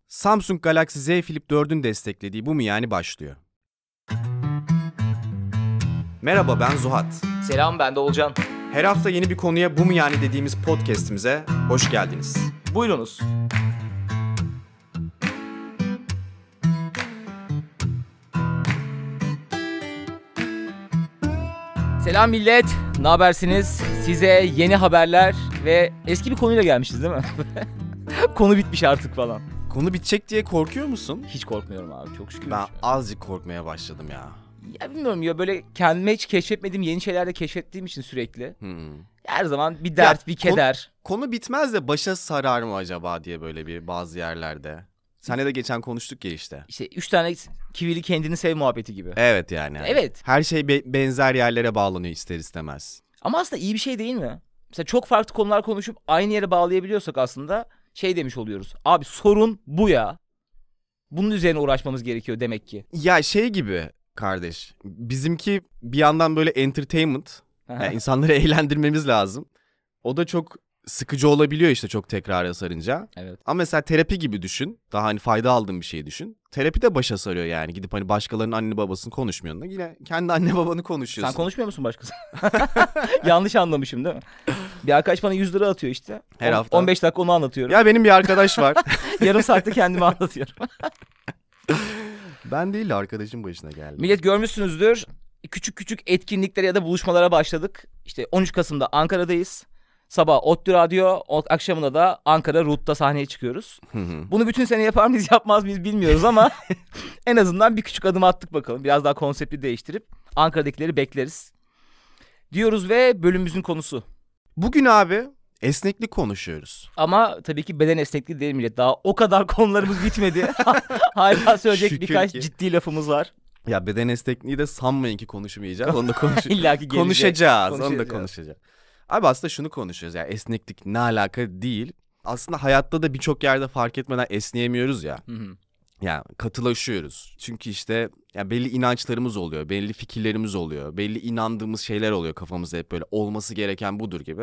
Samsung Galaxy Z Flip 4'ün desteklediği Bu Mu Yani başlıyor. Merhaba, ben Zuhat. Selam, ben de Olcan. Her hafta yeni bir konuya Bu Mu Yani dediğimiz podcast'imize hoş geldiniz. Buyurunuz. Selam millet, ne habersiniz? Size yeni haberler ve eski bir konuyla gelmişiz değil mi? Konu bitmiş artık falan. Konu bitecek diye korkuyor musun? Hiç korkmuyorum abi, çok şükür. Ben azıcık korkmaya başladım ya. Ya bilmiyorum ya, böyle kendime hiç keşfetmediğim yeni şeyler de keşfettiğim için sürekli. Her zaman bir dert, bir keder. Konu bitmez de başa sarar mı acaba diye böyle bir bazı yerlerde. Seninle de geçen konuştuk ya işte. İşte 3 tane kivili kendini sev muhabbeti gibi. Evet yani. Evet. Her şey benzer yerlere bağlanıyor ister istemez. Ama aslında iyi bir şey değil mi? Mesela çok farklı konular konuşup aynı yere bağlayabiliyorsak aslında şey demiş oluyoruz. Abi sorun bu ya. Bunun üzerine uğraşmamız gerekiyor demek ki. Ya şey gibi kardeş. Bizimki bir yandan böyle entertainment. Yani insanları eğlendirmemiz lazım. O da çok sıkıcı olabiliyor işte çok tekrara sarınca. Evet. Ama mesela terapi gibi düşün. Daha hani fayda aldığın bir şey düşün. Terapi de başa sarıyor yani. Gidip hani başkalarının anne babasını konuşmuyorsun da yine kendi anne babanı konuşuyorsun. Sen konuşmuyor musun başkası? Yanlış anlamışım değil mi? Bir arkadaş bana 100 lira atıyor işte. Her hafta. 15 dakika onu anlatıyorum. Ya benim bir arkadaş var. Yarım saatte kendimi anlatıyorum. Ben değil de arkadaşım başına geldi. Millet görmüşsünüzdür. Küçük küçük etkinliklere ya da buluşmalara başladık. İşte 13 Kasım'da Ankara'dayız. Sabah ODTÜ Radyo, akşamında da Ankara Root'ta sahneye çıkıyoruz. Bunu bütün sene yapar mıyız yapmaz mıyız bilmiyoruz ama en azından bir küçük adım attık bakalım. Biraz daha konsepti değiştirip Ankara'dakileri bekleriz diyoruz ve bölümümüzün konusu. Bugün abi esneklik konuşuyoruz. Ama tabii ki beden esnekliği değil millet. Daha o kadar konularımız bitmedi. Hala söyleyecek Şükür birkaç ki. ciddi lafımız var. Ya beden esnekliği de sanmayın ki konuşmayacağız. Onu da İlla ki gelecek. konuşacağız. Onu da konuşacağız. Abi aslında şunu konuşuyoruz ya, esneklik ne alaka değil. Aslında hayatta da birçok yerde fark etmeden esneyemiyoruz ya. Yani katılaşıyoruz. Çünkü işte ya belli inançlarımız oluyor, belli fikirlerimiz oluyor, belli inandığımız şeyler oluyor kafamızda hep böyle olması gereken budur gibi.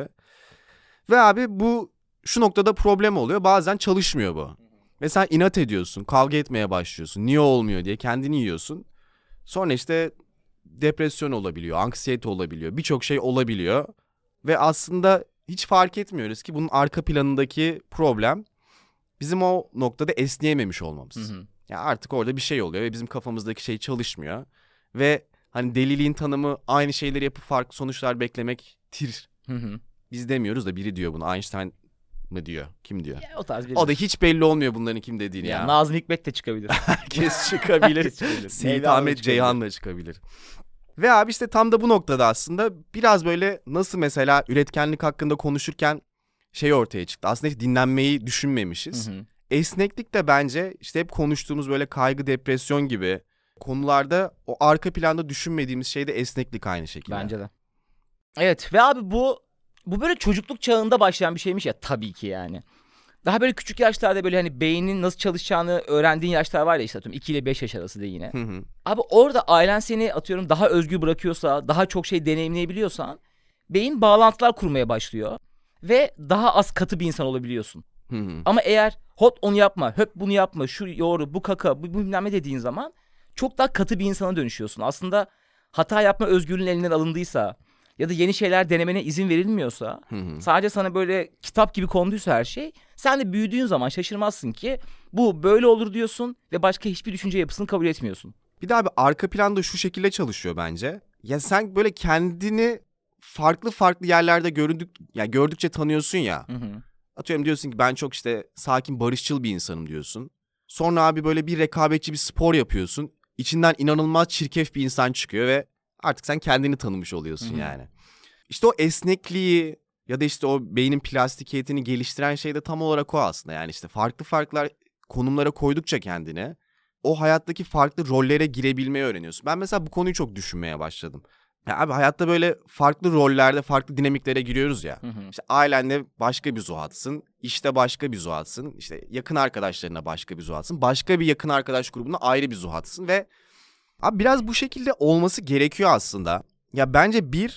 Ve abi bu şu noktada problem oluyor. Bazen çalışmıyor bu. Ve sen inat ediyorsun, kavga etmeye başlıyorsun. Niye olmuyor diye kendini yiyorsun. Sonra işte depresyon olabiliyor, anksiyete olabiliyor, birçok şey olabiliyor. Ve aslında hiç fark etmiyoruz ki bunun arka planındaki problem bizim o noktada esneyememiş olmamız. Yani artık orada bir şey oluyor ve bizim kafamızdaki şey çalışmıyor. Ve hani deliliğin tanımı aynı şeyleri yapıp farklı sonuçlar beklemektir. Biz demiyoruz da biri diyor bunu. Einstein mı diyor? Kim diyor? Ya, o tarz bir. O da hiç belli olmuyor bunların kim dediğini ya. Nazım Hikmet de çıkabilir. Herkes çıkabilir. Seyit Ahmet Ceyhan da çıkabilir. Ve abi işte tam da bu noktada aslında biraz böyle nasıl mesela üretkenlik hakkında konuşurken şey ortaya çıktı. Aslında hiç dinlenmeyi düşünmemişiz. Esneklik de bence işte hep konuştuğumuz böyle kaygı, depresyon gibi konularda o arka planda düşünmediğimiz şey de esneklik aynı şekilde. Bence de. Evet ve abi bu böyle çocukluk çağında başlayan bir şeymiş ya tabii ki yani. Daha böyle küçük yaşlarda böyle hani beynin nasıl çalışacağını öğrendiğin yaşlar var ya işte atıyorum 2 ile 5 yaş arası da yine. Abi orada ailen seni atıyorum daha özgür bırakıyorsa, daha çok şey deneyimleyebiliyorsan beyin bağlantılar kurmaya başlıyor. Ve daha az katı bir insan olabiliyorsun. Ama eğer hop onu yapma, höp bunu yapma, şu yoğuru, bu kaka, bu bilmem ne dediğin zaman çok daha katı bir insana dönüşüyorsun. Aslında hata yapma özgürlüğün elinden alındıysa ya da yeni şeyler denemene izin verilmiyorsa sadece sana böyle kitap gibi konduysa her şey sen de büyüdüğün zaman şaşırmazsın ki bu böyle olur diyorsun ve başka hiçbir düşünce yapısını kabul etmiyorsun. Bir de abi arka planda şu şekilde çalışıyor bence. Ya sen böyle kendini farklı yerlerde gördükçe tanıyorsun ya. Atıyorum diyorsun ki ben çok işte sakin, barışçıl bir insanım diyorsun. Sonra abi böyle bir rekabetçi bir spor yapıyorsun. İçinden inanılmaz çirkef bir insan çıkıyor ve artık sen kendini tanımış oluyorsun yani. İşte o esnekliği ya da işte o beynin plastikiyetini geliştiren şey de tam olarak o aslında. Yani işte farklı konumlara koydukça kendini o hayattaki farklı rollere girebilmeyi öğreniyorsun. Ben mesela bu konuyu çok düşünmeye başladım. Ya abi hayatta böyle farklı rollerde, farklı dinamiklere giriyoruz ya. İşte ailenle başka bir Zuhat'sın, işte başka bir Zuhat'sın, işte yakın arkadaşlarına başka bir Zuhat'sın, başka bir yakın arkadaş grubuna ayrı bir Zuhat'sın ve abi biraz bu şekilde olması gerekiyor aslında. Ya bence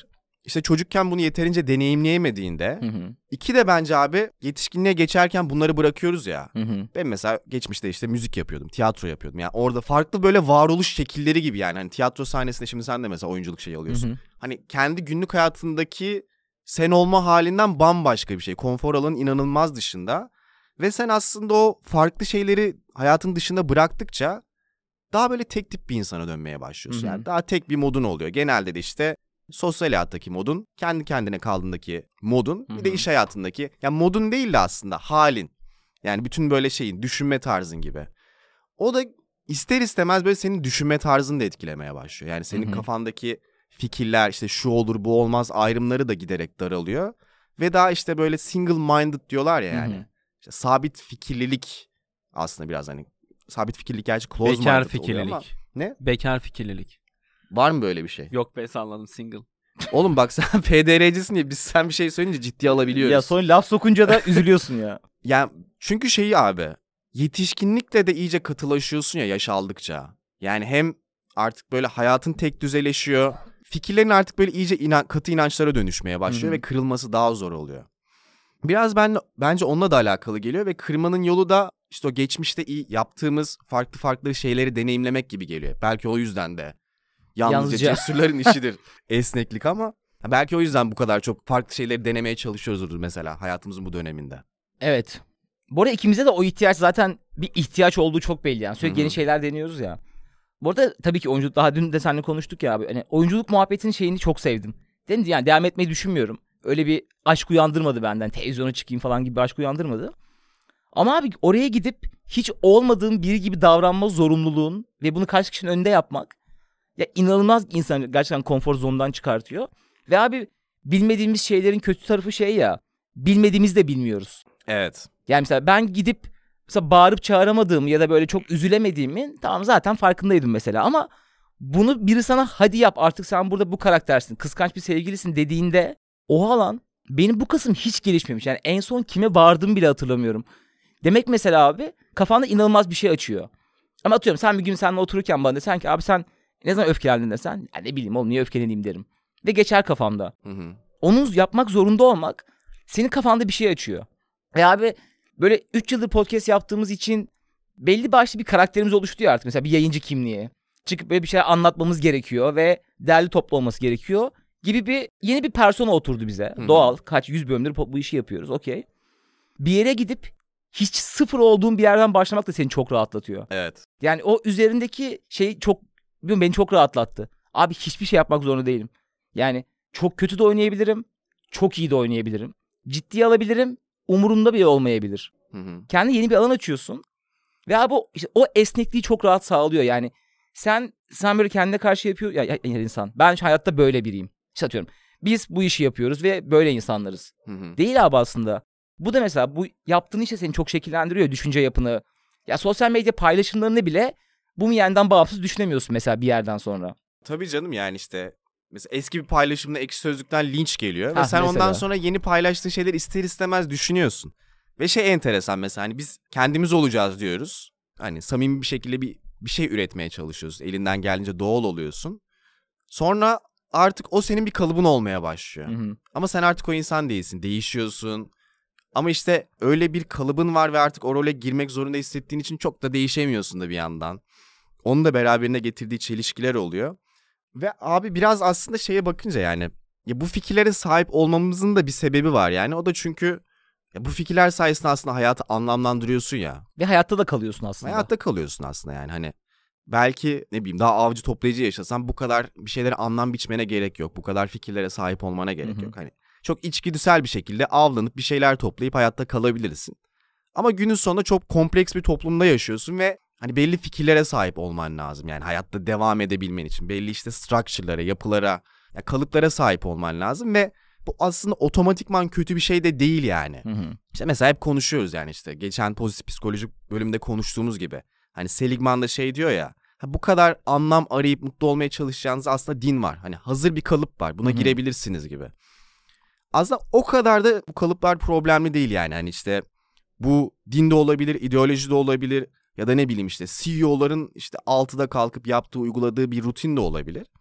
işte çocukken bunu yeterince deneyimleyemediğinde. İki de bence abi yetişkinliğe geçerken bunları bırakıyoruz ya. Ben mesela geçmişte işte müzik yapıyordum, tiyatro yapıyordum. Yani orada farklı böyle varoluş şekilleri gibi yani. Hani tiyatro sahnesinde şimdi sen de mesela oyunculuk şeyi alıyorsun. Hani kendi günlük hayatındaki sen olma halinden bambaşka bir şey. Konfor alanın inanılmaz dışında. Ve sen aslında o farklı şeyleri hayatın dışında bıraktıkça daha böyle tek tip bir insana dönmeye başlıyorsun. Yani daha tek bir modun oluyor. Genelde de işte sosyal hayattaki modun, kendi kendine kaldığındaki modun, bir de iş hayatındaki. Yani modun değil de aslında halin. Yani bütün böyle şeyin, düşünme tarzın gibi. O da ister istemez böyle senin düşünme tarzını da etkilemeye başlıyor. Yani senin kafandaki fikirler, işte şu olur bu olmaz ayrımları da giderek daralıyor. Ve daha işte böyle single minded diyorlar ya yani. İşte sabit fikirlilik aslında biraz hani. Sabit fikirlilik gerçi close minded Bekar oluyor fikirlilik. ama. Ne? Bekar fikirlilik. Var mı böyle bir şey? Yok be, salladım, single. Oğlum bak sen PDR'cisin ya, biz sen bir şey söyleyince ciddiye alabiliyoruz. Ya sonra laf sokunca da üzülüyorsun ya. Yani çünkü şeyi abi, yetişkinlikle de iyice katılaşıyorsun ya yaş aldıkça. Yani hem artık böyle hayatın tek düzeleşiyor. Fikirlerin artık böyle iyice katı inançlara dönüşmeye başlıyor ve kırılması daha zor oluyor. Biraz bence onunla da alakalı geliyor ve kırmanın yolu da işte o geçmişte iyi yaptığımız farklı şeyleri deneyimlemek gibi geliyor. Belki o yüzden de yalnızca cesurların işidir esneklik ama belki o yüzden bu kadar çok farklı şeyleri denemeye çalışıyoruzdur mesela hayatımızın bu döneminde. Evet. Bu arada ikimize de o ihtiyaç zaten bir ihtiyaç olduğu çok belli yani. Sürekli yeni şeyler deniyoruz ya. Bu arada tabii ki oyunculuk, daha dün de seninle konuştuk ya abi. Hani oyunculuk muhabbetinin şeyini çok sevdim. Dedim yani devam etmeyi düşünmüyorum. Öyle bir aşk uyandırmadı benden. Televizyona çıkayım falan gibi bir aşk uyandırmadı. Ama abi oraya gidip hiç olmadığın biri gibi davranma zorunluluğun ve bunu karşı kişinin önünde yapmak ya inanılmaz insanı gerçekten konfor zonundan çıkartıyor. Ve abi bilmediğimiz şeylerin kötü tarafı şey ya, bilmediğimizi de bilmiyoruz. Evet. Yani mesela ben gidip mesela bağırıp çağıramadığım ya da böyle çok üzülemediğimin tamam zaten farkındaydım mesela ama bunu biri sana hadi yap artık sen burada bu karaktersin, kıskanç bir sevgilisin dediğinde oha lan benim bu kısım hiç gelişmemiş. Yani en son kime bağırdığımı bile hatırlamıyorum. Demek mesela abi kafanda inanılmaz bir şey açıyor. Ama atıyorum sen bir gün seninle otururken bana desen ki abi sen ne zaman öfkelendin desen ya ne bileyim oğlum niye öfkeleneyim derim. Ve geçer kafamda. Onu yapmak zorunda olmak senin kafanda bir şey açıyor. Ve abi böyle 3 yıldır podcast yaptığımız için belli başlı bir karakterimiz oluştu ya artık. Mesela bir yayıncı kimliği. Çıkıp böyle bir şeyler anlatmamız gerekiyor ve derli toplu olması gerekiyor gibi yeni bir persona oturdu bize. Doğal. Kaç 100 bölümdür bu işi yapıyoruz. Okey. Bir yere gidip hiç sıfır olduğun bir yerden başlamak da seni çok rahatlatıyor. Evet. Yani o üzerindeki şey çok beni çok rahatlattı. Abi hiçbir şey yapmak zorunda değilim. Yani çok kötü de oynayabilirim. Çok iyi de oynayabilirim. Ciddiye alabilirim. Umurumda bile olmayabilir. Kendi yeni bir alan açıyorsun. Ve abi işte o esnekliği çok rahat sağlıyor. Yani sen böyle kendine karşı yapıyor ya insan. Ben hayatta böyle biriyim. İşte atıyorum. Biz bu işi yapıyoruz ve böyle insanlarız. Değil abi aslında. Bu da mesela bu yaptığın işte seni çok şekillendiriyor düşünce yapını. Ya sosyal medya paylaşımlarını bile bu yeniden bağımsız düşünemiyorsun mesela bir yerden sonra. Tabii canım yani işte mesela eski bir paylaşımda Ekşi Sözlük'ten linç geliyor ve sen mesela. ondan sonra yeni paylaştığın şeyleri ister istemez düşünüyorsun. Ve şey enteresan mesela hani biz kendimiz olacağız diyoruz. Hani samimi bir şekilde bir şey üretmeye çalışıyoruz. Elinden geldiğince doğal oluyorsun. Sonra artık o senin bir kalıbın olmaya başlıyor. Ama sen artık o insan değilsin. Değişiyorsun. Ama işte öyle bir kalıbın var ve artık o role girmek zorunda hissettiğin için çok da değişemiyorsun da bir yandan. Onun da beraberine getirdiği çelişkiler oluyor. Ve abi biraz aslında şeye bakınca yani ya bu fikirlere sahip olmamızın da bir sebebi var yani. O da çünkü ya bu fikirler sayesinde aslında hayatı anlamlandırıyorsun ya. Ve hayatta da kalıyorsun aslında. Hayatta kalıyorsun aslında yani hani. Belki ne bileyim daha avcı toplayıcı yaşasan bu kadar bir şeylere anlam biçmene gerek yok. Bu kadar fikirlere sahip olmana gerek yok. Hani çok içgüdüsel bir şekilde avlanıp bir şeyler toplayıp hayatta kalabilirsin. Ama günün sonunda çok kompleks bir toplumda yaşıyorsun ve hani belli fikirlere sahip olman lazım. Yani hayatta devam edebilmen için belli işte structure'lara, yapılara, ya kalıplara sahip olman lazım ve bu aslında otomatikman kötü bir şey de değil yani. İşte mesela hep konuşuyoruz yani işte geçen pozitif psikoloji bölümünde konuştuğumuz gibi. Hani Seligman da şey diyor ya, bu kadar anlam arayıp mutlu olmaya çalışacağınız aslında din var. Hani hazır bir kalıp var, buna girebilirsiniz gibi. Aslında o kadar da bu kalıplar problemli değil yani. Hani işte bu dinde olabilir, ideolojide olabilir ya da ne bileyim işte CEO'ların işte 6'da kalkıp yaptığı, uyguladığı bir rutin de olabilir.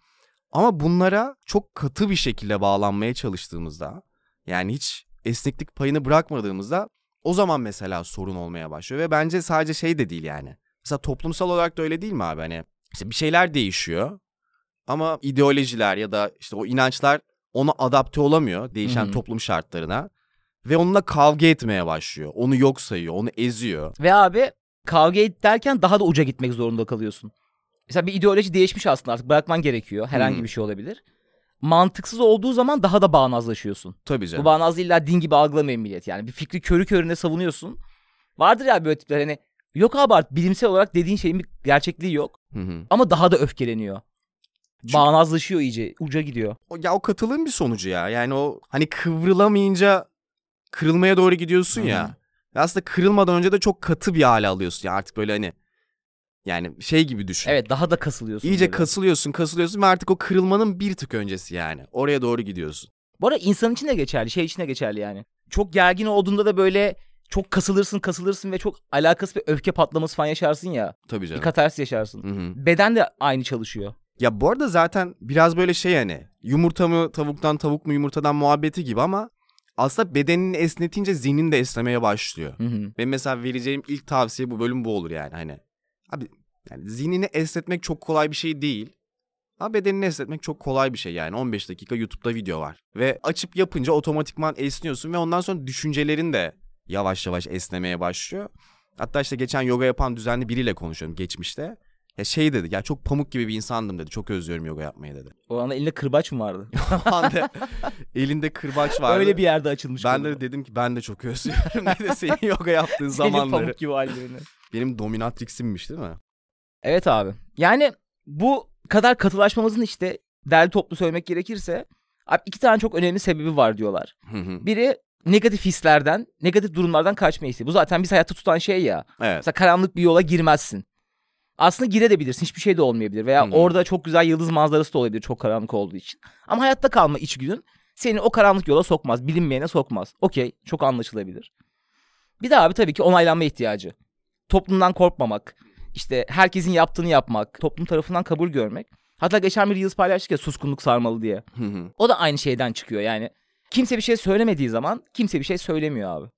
Ama bunlara çok katı bir şekilde bağlanmaya çalıştığımızda, yani hiç esneklik payını bırakmadığımızda o zaman mesela sorun olmaya başlıyor. Ve bence sadece şey de değil yani. Mesela toplumsal olarak da öyle değil mi abi? Hani işte bir şeyler değişiyor ama ideolojiler ya da işte o inançlar ona adapte olamıyor değişen toplum şartlarına. Ve onunla kavga etmeye başlıyor. Onu yok sayıyor, onu eziyor. Ve abi kavga derken daha da uca gitmek zorunda kalıyorsun. Mesela bir ideoloji değişmiş aslında, artık bırakman gerekiyor. Herhangi bir şey olabilir. Mantıksız olduğu zaman daha da bağnazlaşıyorsun. Tabii canım. Bu bağnazlığı illa din gibi algılamayın millet yani. Bir fikri körü körüne savunuyorsun. Vardır ya böyle tipler, hani yok abi artık bilimsel olarak dediğin şeyin bir gerçekliği yok. Ama daha da öfkeleniyor. Bağnazlaşıyor iyice, uca gidiyor. O katılığın bir sonucu ya. Yani o hani kıvrılamayınca kırılmaya doğru gidiyorsun ya. Ve aslında kırılmadan önce de çok katı bir hale alıyorsun. Ya artık böyle hani yani şey gibi düşün. Evet, daha da kasılıyorsun. İyice böyle. kasılıyorsun ve artık o kırılmanın bir tık öncesi yani. Oraya doğru gidiyorsun. Bu arada insan için de geçerli, şey için de geçerli yani. Çok gergin olduğunda da böyle çok kasılırsın ve çok alakasız bir öfke patlaması falan yaşarsın ya. Tabii Bir canım. katarsis yaşarsın. Beden de aynı çalışıyor. Ya bu arada zaten biraz böyle şey hani yumurta mı tavuktan, tavuk mu yumurtadan muhabbeti gibi ama aslında bedenini esnetince zihnin de esnemeye başlıyor. Benim mesela vereceğim ilk tavsiye bu bölüm bu olur yani hani. Abi yani zihnini esnetmek çok kolay bir şey değil. Ama bedenini esnetmek çok kolay bir şey yani. 15 dakika YouTube'da video var. Ve açıp yapınca otomatikman esniyorsun ve ondan sonra düşüncelerin de yavaş yavaş esnemeye başlıyor. Hatta işte geçen yoga yapan düzenli biriyle konuşuyorum geçmişte. Ya şey dedi, ya çok pamuk gibi bir insandım dedi. Çok özlüyorum yoga yapmayı dedi. O anda elinde kırbaç mı vardı? O anda elinde kırbaç vardı. Öyle bir yerde açılmış. Ben de dedim ki ben de çok özlüyorum dedi senin yoga yaptığın zamanları. Senin pamuk gibi hallerini. Benim dominatriximmiş değil mi? Evet abi. Yani bu kadar katılaşmamızın işte derli toplu söylemek gerekirse abi 2 tane çok önemli sebebi var diyorlar. Biri negatif hislerden, negatif durumlardan kaçma isteği. Bu zaten biz hayatta tutan şey ya. Evet. Mesela karanlık bir yola girmezsin. Aslında girebilirsin. Hiçbir şey de olmayabilir. Veya orada çok güzel yıldız manzarası da olabilir çok karanlık olduğu için. Ama hayatta kalma içgüdün seni o karanlık yola sokmaz. Bilinmeyene sokmaz. Okey. Çok anlaşılabilir. Bir de abi tabii ki onaylanma ihtiyacı. Toplumdan korkmamak. İşte herkesin yaptığını yapmak. Toplum tarafından kabul görmek. Hatta geçen bir Reels paylaştık ya, suskunluk sarmalı diye. O da aynı şeyden çıkıyor yani. Kimse bir şey söylemediği zaman kimse bir şey söylemiyor abi.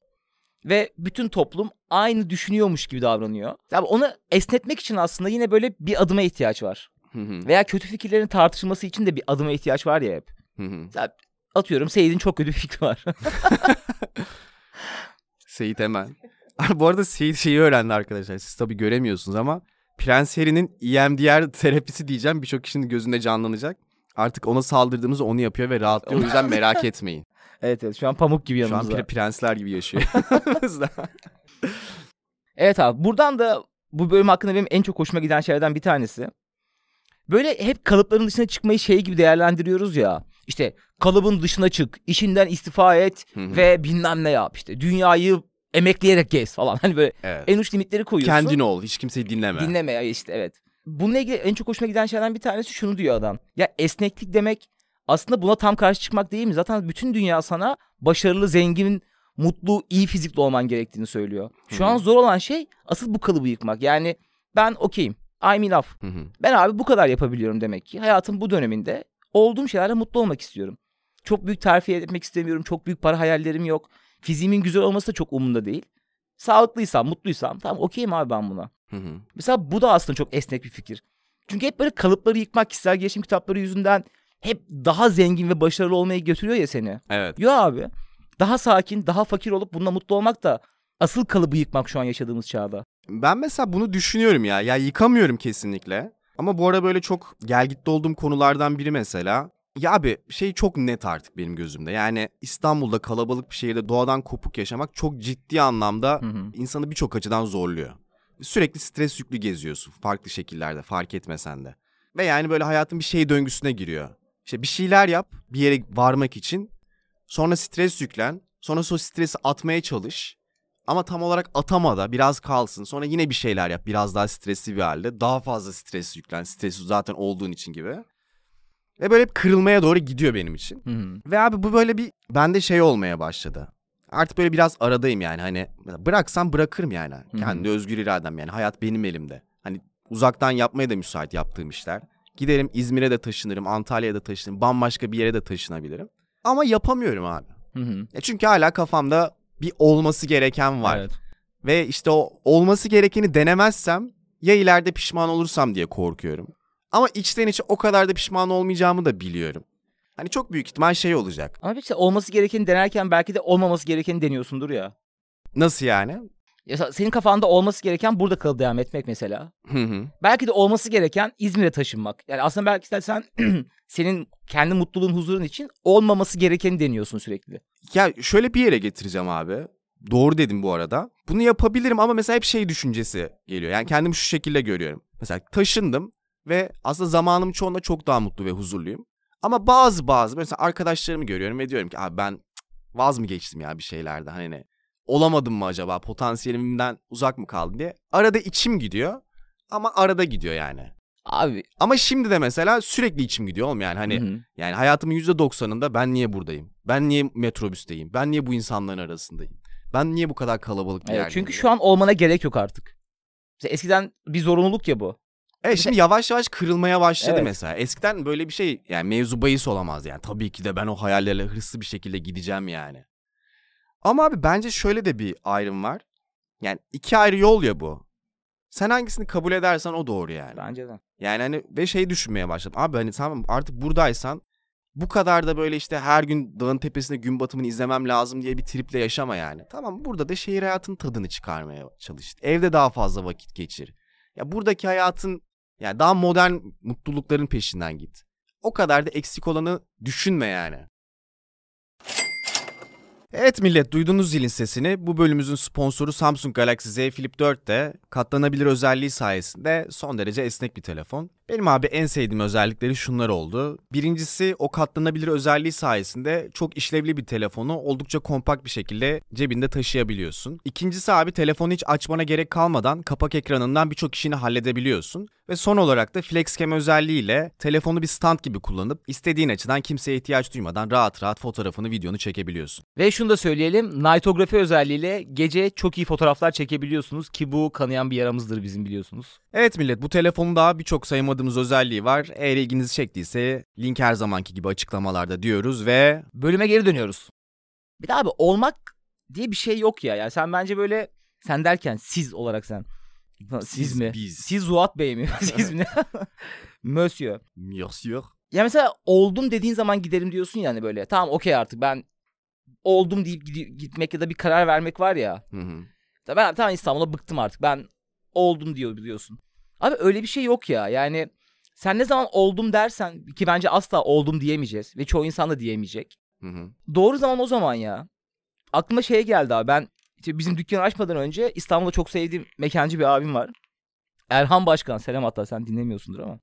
Ve bütün toplum aynı düşünüyormuş gibi davranıyor. Abi onu esnetmek için aslında yine böyle bir adıma ihtiyaç var. Veya kötü fikirlerin tartışılması için de bir adıma ihtiyaç var ya hep. Mesela atıyorum Seyit'in çok kötü bir fikri var. Seyit hemen. Bu arada Seyit şeyi öğrendi arkadaşlar. Siz tabii göremiyorsunuz ama Prens Harry'nin EMDR terapisi diyeceğim. Birçok kişinin gözünde canlanacak. Artık ona saldırdığımızda onu yapıyor ve rahatlıyor. O yüzden merak etmeyin. Evet şu an pamuk gibi yanımızda. Şu an prensler gibi yaşıyor. Evet abi, buradan da bu bölüm hakkında benim en çok hoşuma giden şeylerden bir tanesi. Böyle hep kalıpların dışına çıkmayı şey gibi değerlendiriyoruz ya. İşte kalıbın dışına çık, işinden istifa et ve bilmem ne yap işte. Dünyayı emekleyerek gez falan. Hani böyle en uç limitleri koyuyorsun. Kendin ol, hiç kimseyi dinleme. Dinleme ya işte, evet. Bununla ilgili en çok hoşuma giden şeylerden bir tanesi şunu diyor adam. Ya esneklik demek aslında buna tam karşı çıkmak değil mi? Zaten bütün dünya sana başarılı, zengin, mutlu, iyi fizikli olman gerektiğini söylüyor. Şu an zor olan şey asıl bu kalıbı yıkmak. Yani ben okeyim. I'm enough. Ben abi bu kadar yapabiliyorum demek ki. Hayatım bu döneminde olduğum şeylerle mutlu olmak istiyorum. Çok büyük terfi etmek istemiyorum. Çok büyük para hayallerim yok. Fiziğimin güzel olması da çok umurumda değil. Sağlıklıysam, mutluysam tamam okeyim abi ben buna. Mesela bu da aslında çok esnek bir fikir. Çünkü hep böyle kalıpları yıkmak, kişisel gelişim kitapları yüzünden hep daha zengin ve başarılı olmaya götürüyor ya seni. Evet. Yo abi. Daha sakin, daha fakir olup bununla mutlu olmak da asıl kalıbı yıkmak şu an yaşadığımız çağda. Ben mesela bunu düşünüyorum ya. Ya yıkamıyorum kesinlikle. Ama bu ara böyle çok gelgitli olduğum konulardan biri mesela. Ya abi şey çok net artık benim gözümde. Yani İstanbul'da kalabalık bir şehirde doğadan kopuk yaşamak çok ciddi anlamda insanı birçok açıdan zorluyor. Sürekli stres yüklü geziyorsun farklı şekillerde fark etmesen de. Ve yani böyle hayatın bir şey döngüsüne giriyor. İşte bir şeyler yap bir yere varmak için. Sonra stres yüklen. Sonra o stresi atmaya çalış. Ama tam olarak atama da biraz kalsın. Sonra yine bir şeyler yap biraz daha stresli bir halde. Daha fazla stres yüklen. Stresi zaten olduğun için gibi. Ve böyle hep kırılmaya doğru gidiyor benim için. Ve abi bu böyle bir bende şey olmaya başladı. Artık böyle biraz aradayım yani. Hani bıraksam bırakırım yani. Kendi özgür iradem yani. Hayat benim elimde. Hani uzaktan yapmaya da müsait yaptığım işler. Giderim İzmir'e de taşınırım, Antalya'ya da taşınırım, bambaşka bir yere de taşınabilirim. Ama yapamıyorum abi. Çünkü hala kafamda bir olması gereken var. Evet. Ve işte o olması gerekeni denemezsem ya ileride pişman olursam diye korkuyorum. Ama içten içe o kadar da pişman olmayacağımı da biliyorum. Hani çok büyük ihtimal şey olacak. Ama işte olması gerekeni denerken belki de olmaması gerekeni deniyorsundur ya. Nasıl yani? Ya senin kafanda olması gereken burada kalıp devam etmek mesela. Belki de olması gereken İzmir'e taşınmak. Yani aslında belki de sen senin kendi mutluluğun, huzurun için olmaması gerekeni deniyorsun sürekli. Ya şöyle bir yere getireceğim abi. Doğru dedim bu arada. Bunu yapabilirim ama mesela hep şey düşüncesi geliyor. Yani kendimi şu şekilde görüyorum. Mesela taşındım ve aslında zamanım çoğunda çok daha mutlu ve huzurluyum. Ama bazı mesela arkadaşlarımı görüyorum ve diyorum ki abi ben vaz mı geçtim ya bir şeylerde, hani ne? Olamadım mı acaba, potansiyelimden uzak mı kaldım diye. Arada içim gidiyor ama arada gidiyor yani. Abi. Ama şimdi de mesela sürekli içim gidiyor oğlum yani hani yani hayatımın %90'ında ben niye buradayım? Ben niye metrobüsteyim? Ben niye bu insanların arasındayım? Ben niye bu kadar kalabalık bir yerdeyim? Çünkü şu an olmana gerek yok artık. Mesela eskiden bir zorunluluk ya bu. Evet, şimdi yavaş yavaş kırılmaya başladı Evet. mesela. Eskiden böyle bir şey yani mevzu bahis olamaz yani. Tabii ki de ben o hayallerle hırslı bir şekilde gideceğim yani. Ama abi bence şöyle de bir ayrım var. Yani iki ayrı yol ya bu. Sen hangisini kabul edersen o doğru yani. Bence de. Yani hani ve şey düşünmeye başladım. Abi hani tamam artık buradaysan bu kadar da böyle işte her gün dağın tepesinde gün batımını izlemem lazım diye bir triple yaşama yani. Tamam, burada da şehir hayatının tadını çıkarmaya çalış. Evde daha fazla vakit geçir. Ya buradaki hayatın yani daha modern mutlulukların peşinden git. O kadar da eksik olanı düşünme yani. Evet millet, duydunuz zilin sesini. Bu bölümümüzün sponsoru Samsung Galaxy Z Flip 4 de katlanabilir özelliği sayesinde son derece esnek bir telefon. Benim abi en sevdiğim özellikleri şunlar oldu. Birincisi, o katlanabilir özelliği sayesinde çok işlevli bir telefonu oldukça kompakt bir şekilde cebinde taşıyabiliyorsun. İkincisi abi, telefonu hiç açmana gerek kalmadan kapak ekranından birçok işini halledebiliyorsun. Ve son olarak da FlexCam özelliğiyle telefonu bir stand gibi kullanıp istediğin açıdan kimseye ihtiyaç duymadan rahat rahat fotoğrafını, videonu çekebiliyorsun. Ve şunu da söyleyelim, Nightografi özelliğiyle gece çok iyi fotoğraflar çekebiliyorsunuz ki bu kanayan bir yaramızdır bizim, biliyorsunuz. Evet millet, bu telefonun daha birçok saymadığımız özelliği var. Eğer ilginizi çektiyse link her zamanki gibi açıklamalarda diyoruz ve bölüme geri dönüyoruz. Bir de abi olmak diye bir şey yok ya. Yani sen bence böyle, sen derken siz olarak sen. Siz mi? Biz. Siz Zuhat Bey mi? Siz mi? Monsieur. Monsieur. Ya mesela oldum dediğin zaman giderim diyorsun yani böyle. Tamam okey, artık ben oldum deyip gitmek ya da bir karar vermek var ya. Ben tamam İstanbul'a bıktım artık. Ben oldum diyorsun. Abi öyle bir şey yok ya. Yani sen ne zaman oldum dersen, ki bence asla oldum diyemeyeceğiz ve çoğu insan da diyemeyecek. Doğru zaman o zaman ya. Aklıma şey geldi abi, ben işte bizim dükkanı açmadan önce İstanbul'da çok sevdiğim mekancı bir abim var. Erhan Başkan, selam, hatta sen dinlemiyorsundur ama.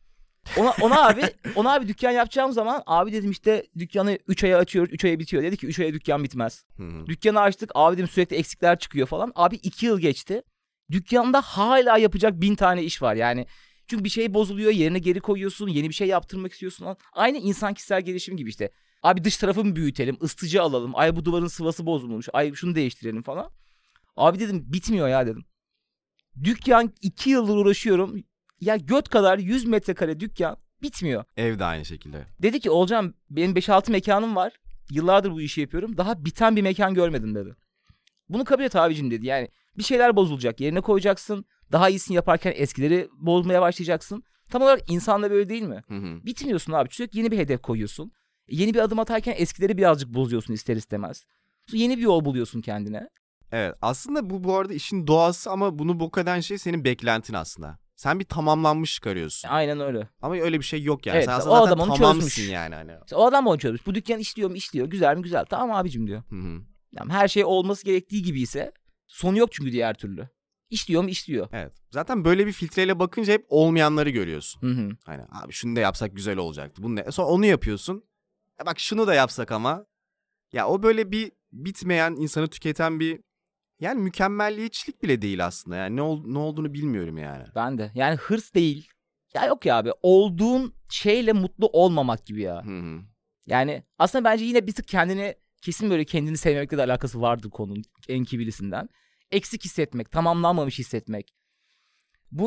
Ona abi dükkan yapacağım zaman abi dedim işte dükkanı 3 aya açıyoruz, 3 aya bitiyor. Dedi ki 3 aya dükkan bitmez. Dükkanı açtık abi, dedim sürekli eksikler çıkıyor falan. Abi 2 yıl geçti. Dükkanda hala yapacak 1000 tane iş var yani. Çünkü bir şey bozuluyor, yerine geri koyuyorsun, yeni bir şey yaptırmak istiyorsun. Aynı insan kişisel gelişim gibi işte. Abi dış tarafı mı büyütelim, ısıtıcı alalım, ay bu duvarın sıvası bozulmuş, ay şunu değiştirelim falan. Abi dedim bitmiyor ya dedim. Dükkan 2 yıldır uğraşıyorum. Ya göt kadar 100 metrekare dükkan bitmiyor. Ev de aynı şekilde. Dedi ki Olcan, benim 5-6 mekanım var. Yıllardır bu işi yapıyorum. Daha biten bir mekan görmedim dedi. Bunu kabul et abicim dedi. Yani bir şeyler bozulacak, yerine koyacaksın. Daha iyisini yaparken eskileri bozmaya başlayacaksın. Tam olarak insan da böyle değil mi? Bitmiyorsun abi. Sürekli yeni bir hedef koyuyorsun. Yeni bir adım atarken eskileri birazcık bozuyorsun ister istemez. Sonra yeni bir yol buluyorsun kendine. Evet, aslında bu arada işin doğası ama bunu bok eden şey senin beklentin aslında. Sen bir tamamlanmış çıkarıyorsun. Aynen öyle. Ama öyle bir şey yok yani. Evet, sen o aslında adam zaten onu tamamsın çözmüş. yani. Hani. İşte o adam onu çözmüş. Bu dükkan işliyor mu? İşliyor. Güzel mi? Güzel. Tamam abicim diyor. Yani her şey olması gerektiği gibi ise sonu yok çünkü diğer türlü. İşliyor mu? İşliyor. Evet. Zaten böyle bir filtreyle bakınca hep olmayanları görüyorsun. Hani abi şunu da yapsak güzel olacaktı. Bunu ne? Sonra onu yapıyorsun. Bak şunu da yapsak ama. Ya o böyle bir bitmeyen, insanı tüketen bir, yani mükemmelliyetçilik bile değil aslında. Yani ne olduğunu bilmiyorum yani. Ben de. Yani hırs değil. Ya yok ya abi. Olduğun şeyle mutlu olmamak gibi ya. Yani aslında bence yine bir tık kesin böyle kendini sevmekle de alakası vardır konunun en kibilisinden. Eksik hissetmek, tamamlanmamış hissetmek. Bu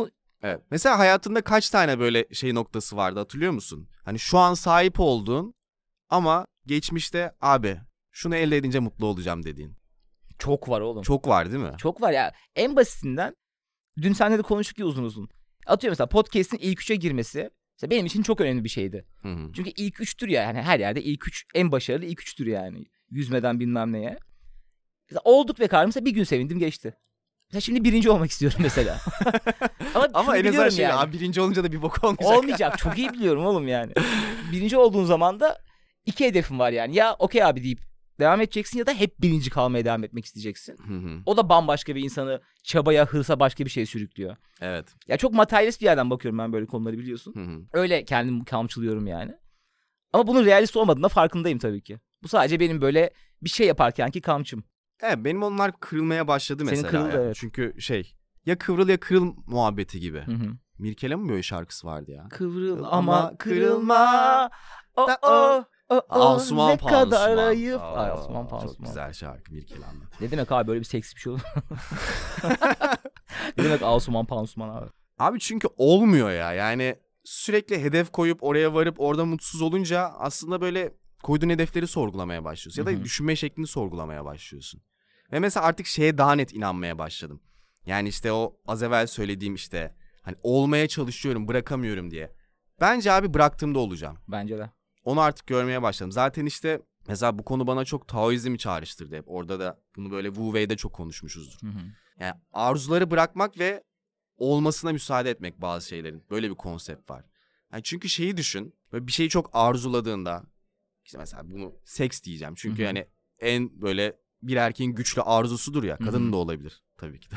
Evet. Mesela hayatında kaç tane böyle şey noktası vardı hatırlıyor musun? Hani şu an sahip olduğun ama geçmişte abi şunu elde edince mutlu olacağım dediğin. Çok var oğlum. Çok var değil mi? Çok var ya. En basitinden dün seninle de konuştuk ya uzun uzun. Atıyorum mesela podcast'in ilk 3'e girmesi mesela benim için çok önemli bir şeydi. Hı. Çünkü ilk 3'tür ya. Yani her yerde ilk 3 en başarılı ilk 3'tür yani. Yüzmeden bilmem neye. Mesela olduk ve karnımsa bir gün sevindim geçti. Mesela şimdi birinci olmak istiyorum mesela. Ama en azından şey yani. abi birinci olunca da bir bok olmayacak. Olmayacak. Çok iyi biliyorum oğlum yani. Birinci olduğun zaman da 2 hedefim var yani. Ya okey abi deyip devam edeceksin ya da hep birinci kalmaya devam etmek isteyeceksin. O da bambaşka bir insanı çabaya, hırsa başka bir şeye sürüklüyor. Evet. Ya çok materyalist bir yerden bakıyorum ben böyle konuları biliyorsun. Öyle kendimi kamçılıyorum yani. Ama bunun realist olmadığına farkındayım tabii ki. Bu sadece benim böyle bir şey yaparkenki kamçım. Evet benim onlar kırılmaya başladı mesela. Senin kırıldı evet. Çünkü şey ya kıvrıl ya kırıl muhabbeti gibi. Mirkelam'ın böyle şarkısı vardı ya. Kıvrıl ama kırılma. Asuman ne Pansuman. kadar ayıp. Ay, Asuman Pansuman. Çok güzel şarkı Mirkelam'da. Ne demek abi böyle bir seksi bir şey olur. Ne demek Asuman Pansuman abi. Abi çünkü olmuyor ya yani sürekli hedef koyup oraya varıp orada mutsuz olunca aslında böyle koyduğun hedefleri sorgulamaya başlıyorsun. Ya da düşünme şeklini sorgulamaya başlıyorsun. Ve mesela artık şeye daha net inanmaya başladım. Yani işte o az evvel söylediğim işte hani olmaya çalışıyorum bırakamıyorum diye. Bence abi bıraktığımda olacağım. Bence de. Onu artık görmeye başladım. Zaten işte mesela bu konu bana çok Taoizmi çağrıştırdı hep. Orada da bunu böyle Wu Wei'de çok konuşmuşuzdur. Yani arzuları bırakmak ve olmasına müsaade etmek bazı şeylerin. Böyle bir konsept var. Yani çünkü şeyi düşün. Böyle bir şeyi çok arzuladığında işte mesela bunu seks diyeceğim. Çünkü yani en böyle bir erkeğin güçlü arzusudur ya. Kadının da olabilir. Tabii ki.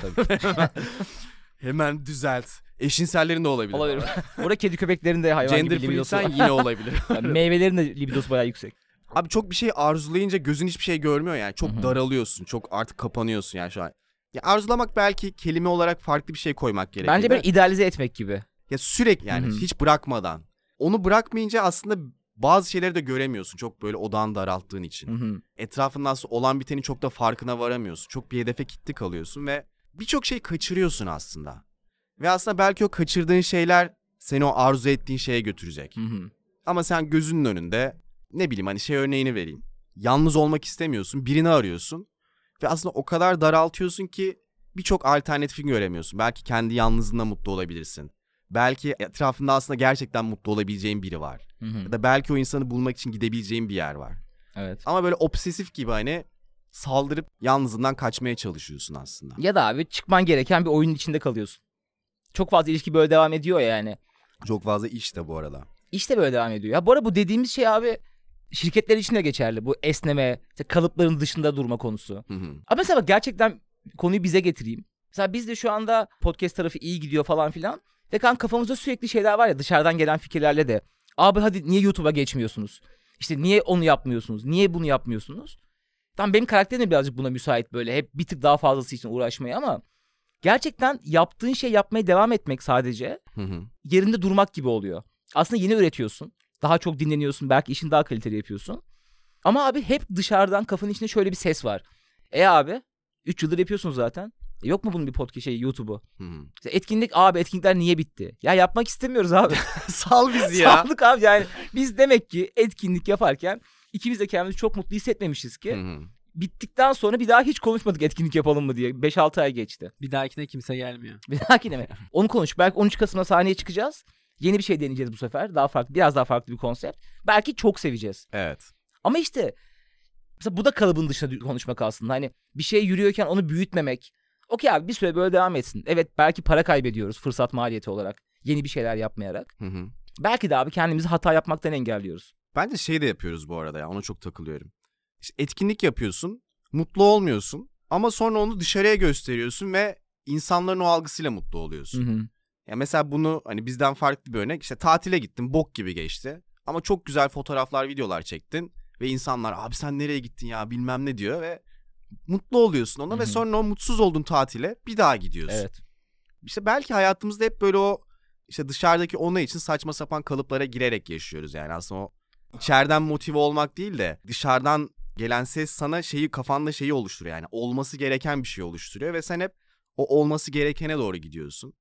Hemen düzelt. Eşcinsellerin de olabilir. Olabilir. Burada kedi köpeklerin de hayvan Gender gibi libidosu var. freak'ten yine olabilir. Yani meyvelerin de libidosu bayağı yüksek. Abi çok bir şey arzulayınca gözün hiçbir şey görmüyor yani. Çok daralıyorsun. Çok artık kapanıyorsun yani şu an. Ya arzulamak belki kelime olarak farklı bir şey koymak gerekir. Bence böyle idealize etmek gibi. Ya sürekli yani hiç bırakmadan. Onu bırakmayınca aslında bazı şeyleri de göremiyorsun. Çok böyle odağını daralttığın için. Etrafında aslında olan biteni çok da farkına varamıyorsun. Çok bir hedefe kilitli kalıyorsun ve birçok şey kaçırıyorsun aslında. Ve aslında belki o kaçırdığın şeyler seni o arzu ettiğin şeye götürecek. Ama sen gözünün önünde ne bileyim hani şey örneğini vereyim. Yalnız olmak istemiyorsun, birini arıyorsun. Ve aslında o kadar daraltıyorsun ki birçok alternatifini göremiyorsun. Belki kendi yalnızlığında mutlu olabilirsin. Belki etrafında aslında gerçekten mutlu olabileceğin biri var. Ya da belki o insanı bulmak için gidebileceğin bir yer var. Evet. Ama böyle obsesif gibi hani saldırıp yalnızlığından kaçmaya çalışıyorsun aslında. Ya da abi çıkman gereken bir oyunun içinde kalıyorsun. Çok fazla ilişki böyle devam ediyor ya yani. Çok fazla iş de bu arada. İşte böyle devam ediyor. Ya bu arada bu dediğimiz şey abi şirketler için de geçerli. Bu esneme, işte kalıpların dışında durma konusu. Ama mesela bak gerçekten konuyu bize getireyim. Mesela biz de şu anda podcast tarafı iyi gidiyor falan filan. Ve kafamızda sürekli şeyler var ya dışarıdan gelen fikirlerle de. Abi hadi niye YouTube'a geçmiyorsunuz? İşte niye onu yapmıyorsunuz? Niye bunu yapmıyorsunuz? Tamam benim karakterim de birazcık buna müsait böyle. Hep bir tık daha fazlası için uğraşmaya ama gerçekten yaptığın şey yapmaya devam etmek sadece yerinde durmak gibi oluyor. Aslında yeni üretiyorsun. Daha çok dinleniyorsun. Belki işini daha kaliteli yapıyorsun. Ama abi hep dışarıdan kafanın içinde şöyle bir ses var. Abi 3 yıldır yapıyorsun zaten. Yok mu bunun bir podcast YouTube'u? İşte etkinlikler niye bitti? Ya yapmak istemiyoruz abi. Sal bizi ya. Saldık abi yani. Biz demek ki etkinlik yaparken ikimiz de kendimizi çok mutlu hissetmemişiz ki. Bittikten sonra bir daha hiç konuşmadık etkinlik yapalım mı diye. 5-6 ay geçti. Bir dahakine kimse gelmiyor. Bir dahakine mi? Onu konuş. Belki 13 Kasım'da sahneye çıkacağız. Yeni bir şey deneyeceğiz bu sefer. Daha farklı, biraz daha farklı bir konsept. Belki çok seveceğiz. Evet. Ama işte mesela bu da kalıbın dışında konuşmak aslında. Hani bir şey yürüyorken onu büyütmemek. Okey abi bir süre böyle devam etsin. Evet belki para kaybediyoruz fırsat maliyeti olarak. Yeni bir şeyler yapmayarak. Belki de abi kendimizi hata yapmaktan engelliyoruz. Bence şey de yapıyoruz bu arada ya. Ona çok takılıyorum. İşte etkinlik yapıyorsun. Mutlu olmuyorsun. Ama sonra onu dışarıya gösteriyorsun ve insanların o algısıyla mutlu oluyorsun. Ya mesela bunu hani bizden farklı bir örnek. İşte tatile gittin, bok gibi geçti. Ama çok güzel fotoğraflar, videolar çektin. Ve insanlar abi sen nereye gittin ya bilmem ne diyor ve mutlu oluyorsun ona ve sonra o mutsuz olduğun tatile bir daha gidiyorsun. Evet. İşte belki hayatımızda hep böyle o işte dışarıdaki ona için saçma sapan kalıplara girerek yaşıyoruz yani. Aslında o içeriden motive olmak değil de dışarıdan gelen ses sana kafanda şeyi oluşturuyor yani. Olması gereken bir şey oluşturuyor ve sen hep o olması gerekene doğru gidiyorsun.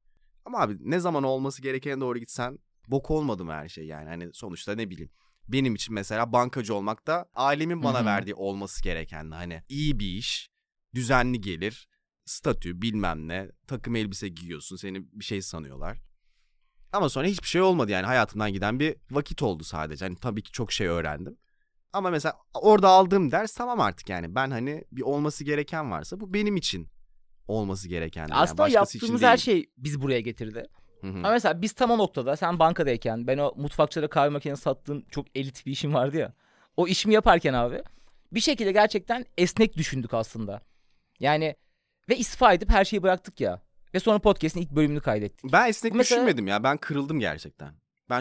Ama abi ne zaman olması gerekene doğru gitsen bok olmadı mı her şey yani? Hani sonuçta ne bileyim. Benim için mesela bankacı olmak da ailemin bana verdiği olması gerekendi. Hani iyi bir iş, düzenli gelir, statü bilmem ne, takım elbise giyiyorsun, seni bir şey sanıyorlar. Ama sonra hiçbir şey olmadı yani, hayatımdan giden bir vakit oldu sadece. Hani tabii ki çok şey öğrendim. Ama mesela orada aldığım ders tamam artık yani. Ben hani bir olması gereken varsa bu benim için olması gereken. Aslında yani yaptığımız her şey bizi buraya getirdi. Ama mesela biz tam o noktada, sen bankadayken, ben o mutfakçıda kahve makinesi sattığım çok elit bir işim vardı ya. O işimi yaparken abi bir şekilde gerçekten esnek düşündük aslında. Yani ve istifa edip her şeyi bıraktık ya. Ve sonra podcast'in ilk bölümünü kaydettik. Ben esnek Mesela... düşünmedim ya. Ben kırıldım gerçekten. Ben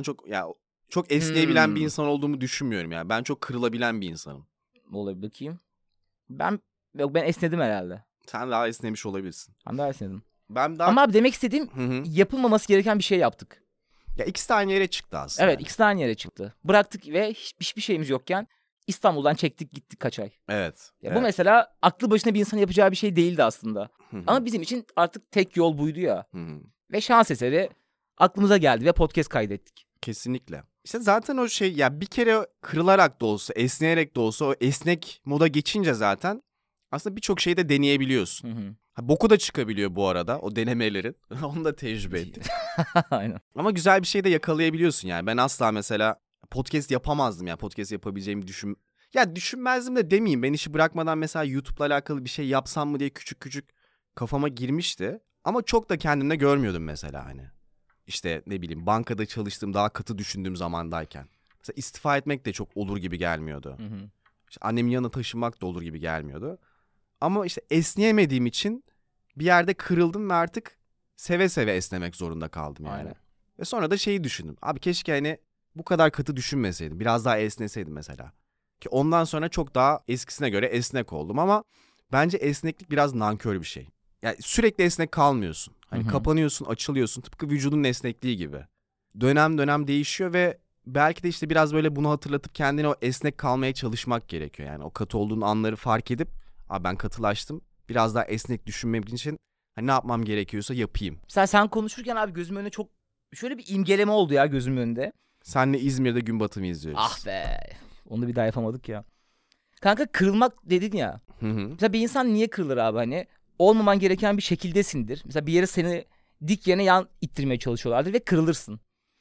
çok esneyebilen bir insan olduğumu düşünmüyorum ya. Ben çok kırılabilen bir insanım. Olabilir, bakayım. Ben esnedim herhalde. Sen daha esnemiş olabilirsin. Ben daha esnedim. Ben daha... Ama abi demek istediğim yapılmaması gereken bir şey yaptık. Ya ikisi de aynı yere çıktı aslında. Evet, ikisi de aynı yere çıktı. Bıraktık ve hiçbir şeyimiz yokken İstanbul'dan çektik gittik kaç ay. Evet. Bu mesela aklı başına bir insan yapacağı bir şey değildi aslında. Ama bizim için artık tek yol buydu ya. Ve şans eseri aklımıza geldi ve podcast kaydettik. Kesinlikle. İşte zaten o şey ya, bir kere kırılarak da olsa, esneyerek de olsa o esnek moda geçince zaten aslında birçok şeyi de deneyebiliyorsun. Boku da çıkabiliyor bu arada o denemelerin. Onu da tecrübe ettim. Aynen. Ama güzel bir şey de yakalayabiliyorsun yani. Ben asla mesela podcast yapamazdım ya. Podcast yapabileceğimi düşünmezdim de demeyeyim. Ben işi bırakmadan mesela YouTube'la alakalı bir şey yapsam mı diye küçük kafama girmişti. Ama çok da kendimde görmüyordum mesela hani. İşte ne bileyim, bankada çalıştığım, daha katı düşündüğüm zamandayken. Mesela istifa etmek de çok olur gibi gelmiyordu. İşte annemin yanına taşınmak da olur gibi gelmiyordu. Ama işte esneyemediğim için bir yerde kırıldım ve artık seve seve esnemek zorunda kaldım yani. Aynen. Ve sonra da şeyi düşündüm. Abi keşke hani bu kadar katı düşünmeseydim. Biraz daha esneseydim mesela. Ki ondan sonra çok daha eskisine göre esnek oldum ama bence esneklik biraz nankör bir şey. Yani sürekli esnek kalmıyorsun. Hani kapanıyorsun, açılıyorsun. Tıpkı vücudun esnekliği gibi. Dönem dönem değişiyor ve belki de işte biraz böyle bunu hatırlatıp kendine o esnek kalmaya çalışmak gerekiyor. Yani o katı olduğun anları fark edip, abi ben katılaştım, biraz daha esnek düşünmem için hani ne yapmam gerekiyorsa yapayım. Sen konuşurken abi gözümün önünde çok şöyle bir imgeleme oldu ya gözümün önünde. Senle İzmir'de gün batımı izliyoruz. Ah be. Onu bir daha yapamadık ya. Kanka kırılmak dedin ya. Mesela bir insan niye kırılır abi, hani olmaman gereken bir şekildesindir. Mesela bir yere seni dik yerine yan ittirmeye çalışıyorlardır ve kırılırsın.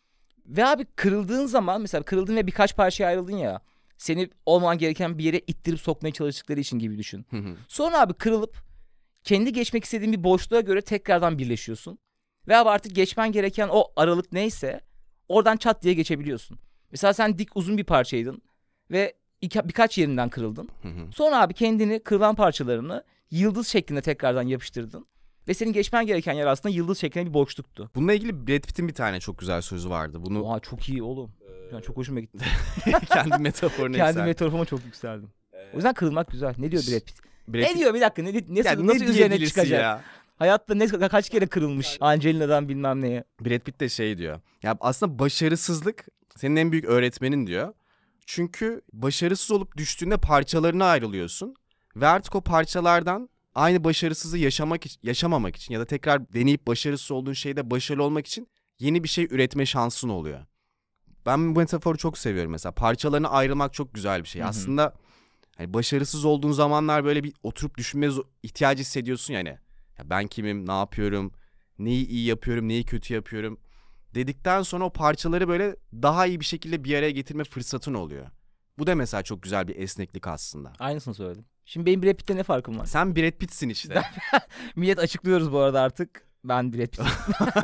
Ve abi kırıldığın zaman, mesela kırıldın ve birkaç parçaya ayrıldın ya. Seni olmaman gereken bir yere ittirip sokmaya çalıştıkları için gibi düşün. Sonra abi kırılıp kendi geçmek istediğin bir boşluğa göre tekrardan birleşiyorsun. Ve abi artık geçmen gereken o aralık neyse oradan çat diye geçebiliyorsun. Mesela sen dik uzun bir parçaydın ve birkaç yerinden kırıldın. Sonra abi kendini kırılan parçalarını yıldız şeklinde tekrardan yapıştırdın. Ve senin geçmen gereken yer aslında yıldız şeklinde bir boşluktu. Bununla ilgili Brad Pitt'in bir tane çok güzel sözü vardı. Bunu... Oha çok iyi oğlum. Yani çok hoşuma gitti. Kendi metaforuna Kendi metaforuma çok yükseldim. O yüzden kırılmak güzel. Ne diyor Brad Pitt? Pitt... diyor bir dakika? Nasıl üzerine çıkacak? Ya? Hayatta kaç kere kırılmış Angelina'dan bilmem neye. Brad Pitt de şey diyor. Ya aslında başarısızlık senin en büyük öğretmenin diyor. Çünkü başarısız olup düştüğünde parçalarına ayrılıyorsun. Ve artık o parçalardan aynı başarısızlığı yaşamamak için ya da tekrar deneyip başarısız olduğun şeyde başarılı olmak için yeni bir şey üretme şansın oluyor. Ben bu metaforu çok seviyorum mesela. Parçalarına ayrılmak çok güzel bir şey. Aslında hani başarısız olduğun zamanlar böyle bir oturup düşünme ihtiyacı hissediyorsun yani. Ya ben kimim, ne yapıyorum, neyi iyi yapıyorum, neyi kötü yapıyorum dedikten sonra o parçaları böyle daha iyi bir şekilde bir araya getirme fırsatın oluyor. Bu da mesela çok güzel bir esneklik aslında. Aynısını söyledim. Şimdi benim Brad Pitt'te ne farkım var? Sen Brad Pitt'sin işte. Millet açıklıyoruz bu arada artık. Ben Brad Pitt'im.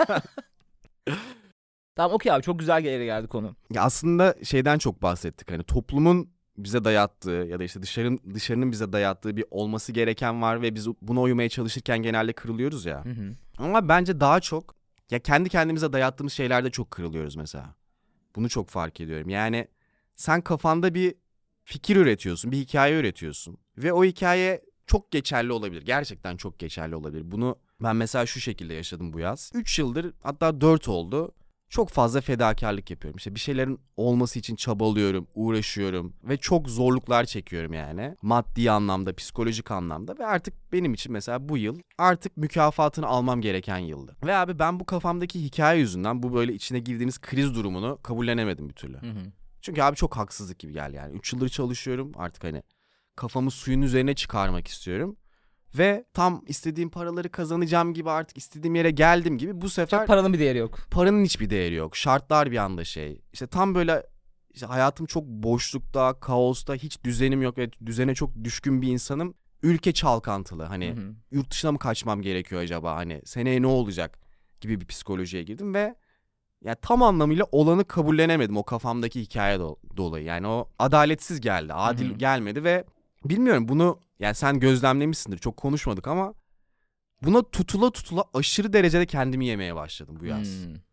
Tamam okey abi, çok güzel yere geldi konu. Ya aslında şeyden çok bahsettik. Hani toplumun bize dayattığı ya da işte dışarının bize dayattığı bir olması gereken var ve biz buna uymaya çalışırken genelde kırılıyoruz ya. Ama bence daha çok ya kendi kendimize dayattığımız şeylerde çok kırılıyoruz mesela. Bunu çok fark ediyorum. Yani sen kafanda bir fikir üretiyorsun, bir hikaye üretiyorsun ve o hikaye çok geçerli olabilir. Gerçekten çok geçerli olabilir. Bunu ben mesela şu şekilde yaşadım bu yaz. 3 yıldır, hatta 4 oldu. çok fazla fedakarlık yapıyorum. İşte bir şeylerin olması için çabalıyorum, uğraşıyorum ve çok zorluklar çekiyorum yani. Maddi anlamda, psikolojik anlamda ve artık benim için mesela bu yıl artık mükafatını almam gereken yıldı. Ve abi ben bu kafamdaki hikaye yüzünden bu böyle içine girdiğimiz kriz durumunu kabullenemedim bir türlü. Çünkü abi çok haksızlık gibi geldi yani. 3 yıldır çalışıyorum artık hani kafamı suyun üzerine çıkarmak istiyorum. Ve tam istediğim paraları kazanacağım gibi artık istediğim yere geldim gibi bu sefer... Çok paranın bir değeri yok. Paranın hiçbir değeri yok. Şartlar bir anda şey. İşte tam böyle işte hayatım çok boşlukta, kaosta, hiç düzenim yok ve düzene çok düşkün bir insanım. Ülke çalkantılı. Hani yurt dışına mı kaçmam gerekiyor acaba? Hani seneye ne olacak gibi bir psikolojiye girdim ve yani tam anlamıyla olanı kabullenemedim o kafamdaki hikaye dolayı. Yani o adaletsiz geldi, adil gelmedi ve bilmiyorum bunu yani sen gözlemlemişsindir çok konuşmadık ama buna tutula aşırı derecede kendimi yemeye başladım bu yaz.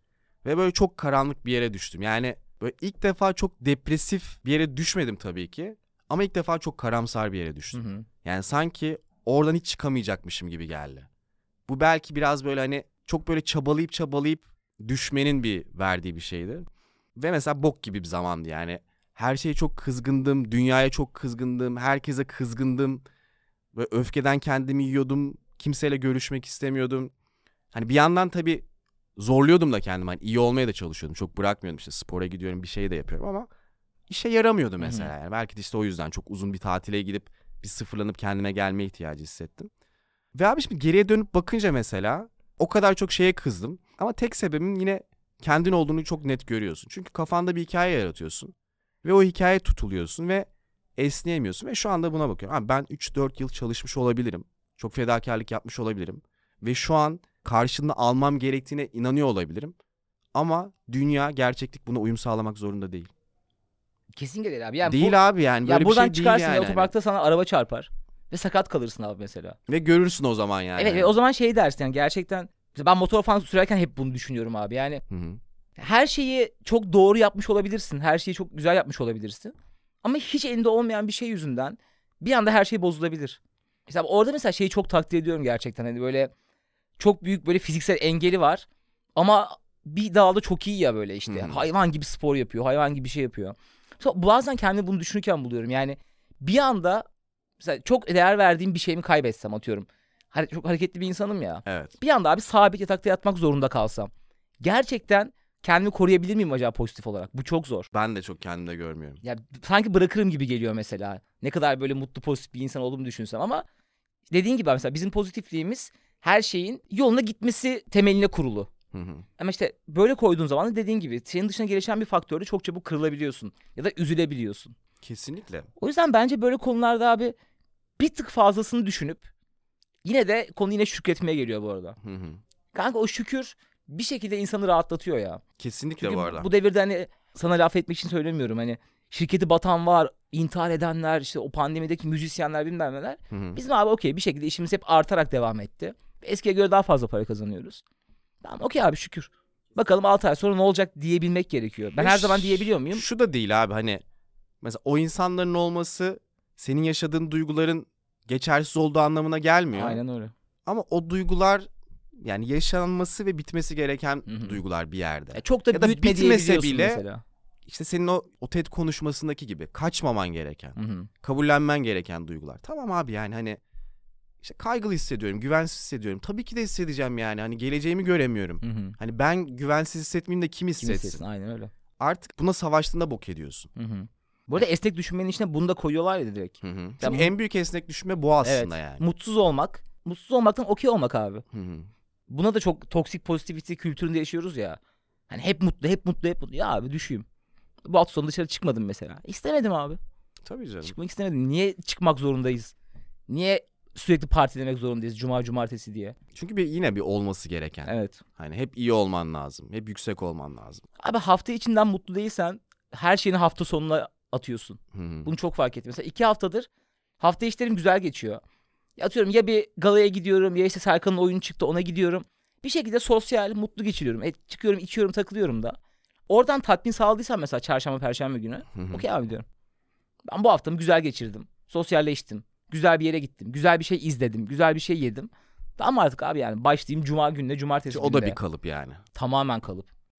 Ve böyle çok karanlık bir yere düştüm. Yani böyle ilk defa çok depresif bir yere düşmedim tabii ki ama ilk defa çok karamsar bir yere düştüm. Yani sanki oradan hiç çıkamayacakmışım gibi geldi. Bu belki biraz böyle hani çok böyle çabalayıp düşmenin verdiği bir şeydi. Ve mesela bok gibi bir zamandı yani. Her şeye çok kızgındım, dünyaya çok kızgındım, herkese kızgındım. Ve öfkeden kendimi yiyordum, kimseyle görüşmek istemiyordum. Hani bir yandan tabii zorluyordum da kendimi. Hani iyi olmaya da çalışıyordum, çok bırakmıyordum işte spora gidiyorum, bir şey de yapıyorum ama işe yaramıyordu mesela. Yani belki de işte o yüzden çok uzun bir tatile gidip bir sıfırlanıp kendime gelme ihtiyacı hissettim. Ve abi şimdi geriye dönüp bakınca mesela o kadar çok şeye kızdım. Ama tek sebebin yine kendin olduğunu çok net görüyorsun. Çünkü kafanda bir hikaye yaratıyorsun. Ve o hikayeye tutuluyorsun ve esneyemiyorsun. Ve şu anda buna bakıyorum. Abi ben 3-4 yıl çalışmış olabilirim. Çok fedakarlık yapmış olabilirim. Ve şu an karşılığını almam gerektiğine inanıyor olabilirim. Ama dünya, gerçeklik buna uyum sağlamak zorunda değil. Kesinlikle değil abi. Yani değil abi yani böyle bir şey değil yani. Buradan çıkarsın otoparkta sana araba çarpar. Ve sakat kalırsın abi mesela. Ve görürsün o zaman yani. Evet ve o zaman şey dersin yani gerçekten. Ben motor falan sürerken hep bunu düşünüyorum abi. Yani her şeyi çok doğru yapmış olabilirsin. Her şeyi çok güzel yapmış olabilirsin. Ama hiç elinde olmayan bir şey yüzünden bir anda her şey bozulabilir. Mesela orada mesela şeyi çok takdir ediyorum gerçekten. Hani böyle çok büyük böyle fiziksel engeli var. Ama bir dalda çok iyi ya böyle işte. Hayvan gibi spor yapıyor. Hayvan gibi bir şey yapıyor. Mesela bazen kendimi bunu düşünürken buluyorum. Yani bir anda mesela çok değer verdiğim bir şeyimi kaybetsem atıyorum. Çok hareketli bir insanım ya. Evet. Bir anda abi sabit yatakta yatmak zorunda kalsam. Gerçekten kendimi koruyabilir miyim acaba pozitif olarak? Bu çok zor. Ben de çok kendimde görmüyorum. Ya sanki bırakırım gibi geliyor mesela. Ne kadar böyle mutlu pozitif bir insan olduğumu düşünsem ama dediğin gibi mesela bizim pozitifliğimiz her şeyin yoluna gitmesi temeline kurulu. Ama işte böyle koyduğun zaman da dediğin gibi senin dışına gelişen bir faktörde çok çabuk kırılabiliyorsun ya da üzülebiliyorsun. Kesinlikle. O yüzden bence böyle konularda abi bir tık fazlasını düşünüp yine de konu yine şükretmeye geliyor bu arada. Kanka o şükür bir şekilde insanı rahatlatıyor ya. Kesinlikle. Çünkü bu arada. Bu devirde hani sana laf etmek için söylemiyorum. Hani şirketi batan var, intihar edenler, işte o pandemideki müzisyenler bilmem neler. Bizim abi okey bir şekilde işimiz hep artarak devam etti. Eskiye göre daha fazla para kazanıyoruz. Tamam okey abi şükür. Bakalım 6 ay sonra ne olacak diyebilmek gerekiyor. Ben her zaman diyebiliyor muyum? Şu da değil abi hani mesela o insanların olması senin yaşadığın duyguların geçersiz olduğu anlamına gelmiyor. Aynen öyle. Ama o duygular yani yaşanması ve bitmesi gereken duygular bir yerde. Çok da ya da bitmese bile mesela. İşte senin o TED konuşmasındaki gibi kaçmaman gereken, kabullenmen gereken duygular. Tamam abi yani hani işte kaygılı hissediyorum, güvensiz hissediyorum. Tabii ki de hissedeceğim yani. Hani geleceğimi göremiyorum. Hani ben güvensiz hissetmeyeyim de kim hissetsin? Aynen öyle. Artık buna savaştığında bok ediyorsun. Bu arada esnek düşünmenin içine bunu da koyuyorlar ya direkt. Çünkü en büyük esnek düşünme bu aslında yani. Mutsuz olmaktan okey olmak abi. Buna da çok toksik positivity kültüründe yaşıyoruz ya. Hani hep mutlu. Ya abi düşeyim. Bu hafta sonu dışarı çıkmadım mesela. İstemedim abi. Tabii canım. Çıkmak istemedim. Niye çıkmak zorundayız? Niye sürekli partilemek zorundayız cumartesi diye? Çünkü yine bir olması gereken. Evet. Hani hep iyi olman lazım. Hep yüksek olman lazım. Abi hafta içinden mutlu değilsen her şeyini hafta sonuna atıyorsun. Bunu çok fark ettim. Mesela 2 haftadır hafta işlerim güzel geçiyor. Atıyorum ya bir galaya gidiyorum ya işte Serkan'ın oyunu çıktı ona gidiyorum. Bir şekilde sosyal, mutlu geçiriyorum. Çıkıyorum, içiyorum, takılıyorum da. Oradan tatmin sağladıysam mesela çarşamba, perşembe günü. Okey abi diyorum. Ben bu haftamı güzel geçirdim. Sosyalleştim. Güzel bir yere gittim. Güzel bir şey izledim. Güzel bir şey yedim. Tamam artık abi yani başlayayım cuma gününe, cumartesi gününe. O da bir kalıp yani. Tamamen kalıp.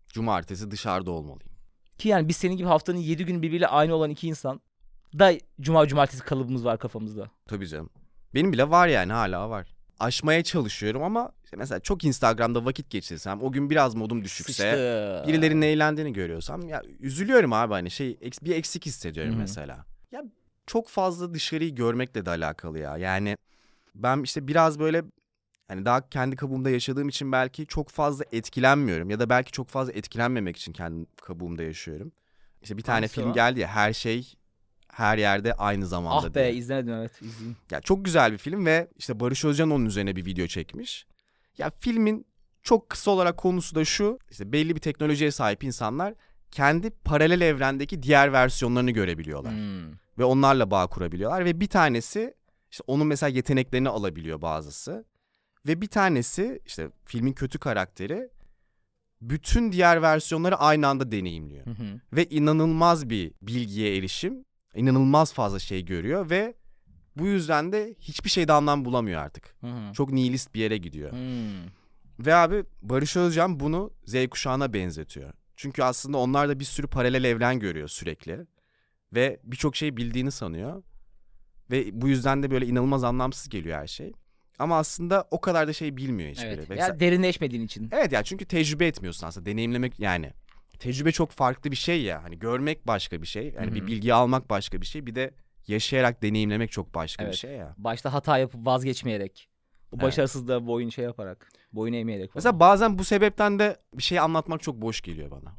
Cumartesi dışarıda olmalıyım. Ki yani biz senin gibi haftanın 7 günü birbiriyle aynı olan iki insan da cumartesi kalıbımız var kafamızda. Tabii canım. Benim bile var yani, hala var. Aşmaya çalışıyorum ama işte mesela çok Instagram'da vakit geçirsem, o gün biraz modum düşükse, Sıçtı. birilerinin eğlendiğini görüyorsam ya üzülüyorum abi, hani bir eksik hissediyorum Hı-hı. mesela. Ya çok fazla dışarıyı görmekle de alakalı ya. Yani ben işte biraz böyle hani daha kendi kabuğumda yaşadığım için belki çok fazla etkilenmiyorum ya da belki çok fazla etkilenmemek için kendi kabuğumda yaşıyorum. İşte bir tane Hangisi film o? geldi ya, Her Şey Her Yerde Aynı Zamanda Ah be diye. izlemedim, evet izleyeyim. Ya çok güzel bir film ve işte Barış Özcan onun üzerine bir video çekmiş. Ya filmin çok kısa olarak konusu da şu: işte belli bir teknolojiye sahip insanlar kendi paralel evrendeki diğer versiyonlarını görebiliyorlar. Ve onlarla bağ kurabiliyorlar ve bir tanesi işte onun mesela yeteneklerini alabiliyor bazısı. Ve bir tanesi işte filmin kötü karakteri bütün diğer versiyonları aynı anda deneyimliyor. Hı-hı. Ve inanılmaz bir bilgiye erişim, inanılmaz fazla şey görüyor ve bu yüzden de hiçbir şeyde anlam bulamıyor artık. Hı-hı. Çok nihilist bir yere gidiyor. Hı-hı. Ve abi Barış Özcan bunu Z kuşağına benzetiyor. Çünkü aslında onlar da bir sürü paralel evren görüyor sürekli. Ve birçok şey bildiğini sanıyor. Ve bu yüzden de böyle inanılmaz anlamsız geliyor her şey. Ama aslında o kadar da şey bilmiyor hiçbiri. Evet. Mesela, Ya derinleşmediğin için. evet ya, çünkü tecrübe etmiyorsun aslında. Deneyimlemek yani. Tecrübe çok farklı bir şey ya. Hani görmek başka bir şey. Yani bir bilgi almak başka bir şey. Bir de yaşayarak deneyimlemek çok başka Evet. bir şey ya. Başta hata yapıp vazgeçmeyerek. O Evet. başarısızlığa boyun şey yaparak. Boyun eğmeyerek falan. Mesela bazen bu sebepten de bir şey anlatmak çok boş geliyor bana.